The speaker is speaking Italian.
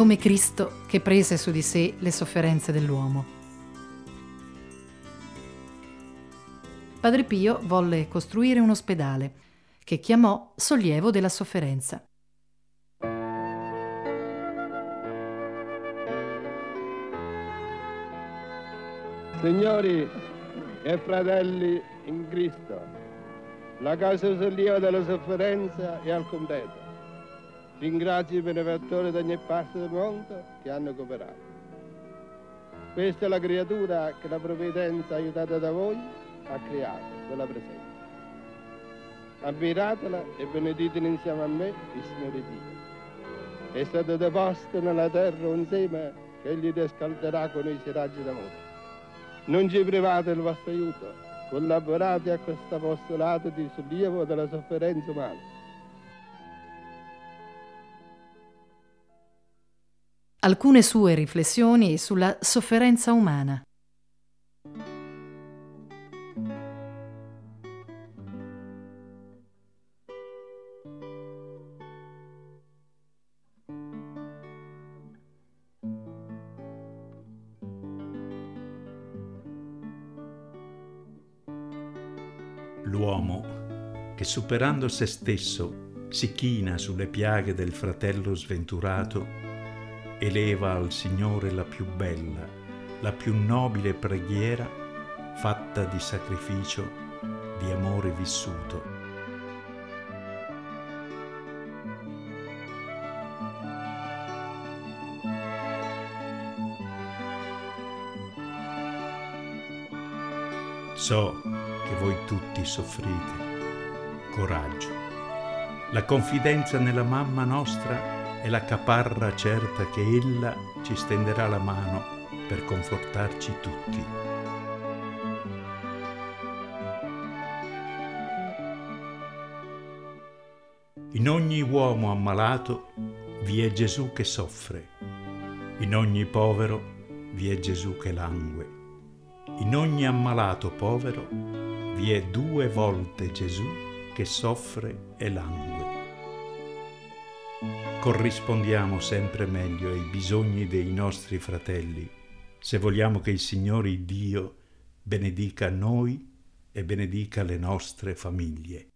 come Cristo che prese su di sé le sofferenze dell'uomo. Padre Pio volle costruire un ospedale che chiamò Sollievo della Sofferenza. Signori e fratelli in Cristo, la Casa Sollievo della Sofferenza è al completo. Ringrazio i benefattori da ogni parte del mondo che hanno cooperato. Questa è la creatura che la provvidenza, aiutata da voi, ha creato della presenza. Ammiratela e beneditela insieme a me il Signore Dio. È stato deposto nella terra un seme che Egli descalderà con i suoi raggi d'amore. Non ci private del vostro aiuto, collaborate a questo apostolato di sollievo della sofferenza umana. Alcune sue riflessioni sulla sofferenza umana. L'uomo che superando se stesso si china sulle piaghe del fratello sventurato eleva al Signore la più bella, la più nobile preghiera fatta di sacrificio, di amore vissuto. So che voi tutti soffrite. Coraggio. La confidenza nella mamma nostra è la caparra certa che ella ci stenderà la mano per confortarci tutti. In ogni uomo ammalato vi è Gesù che soffre, in ogni povero vi è Gesù che langue, in ogni ammalato povero vi è 2 volte Gesù che soffre e langue. Corrispondiamo sempre meglio ai bisogni dei nostri fratelli, se vogliamo che il Signore Dio benedica noi e benedica le nostre famiglie.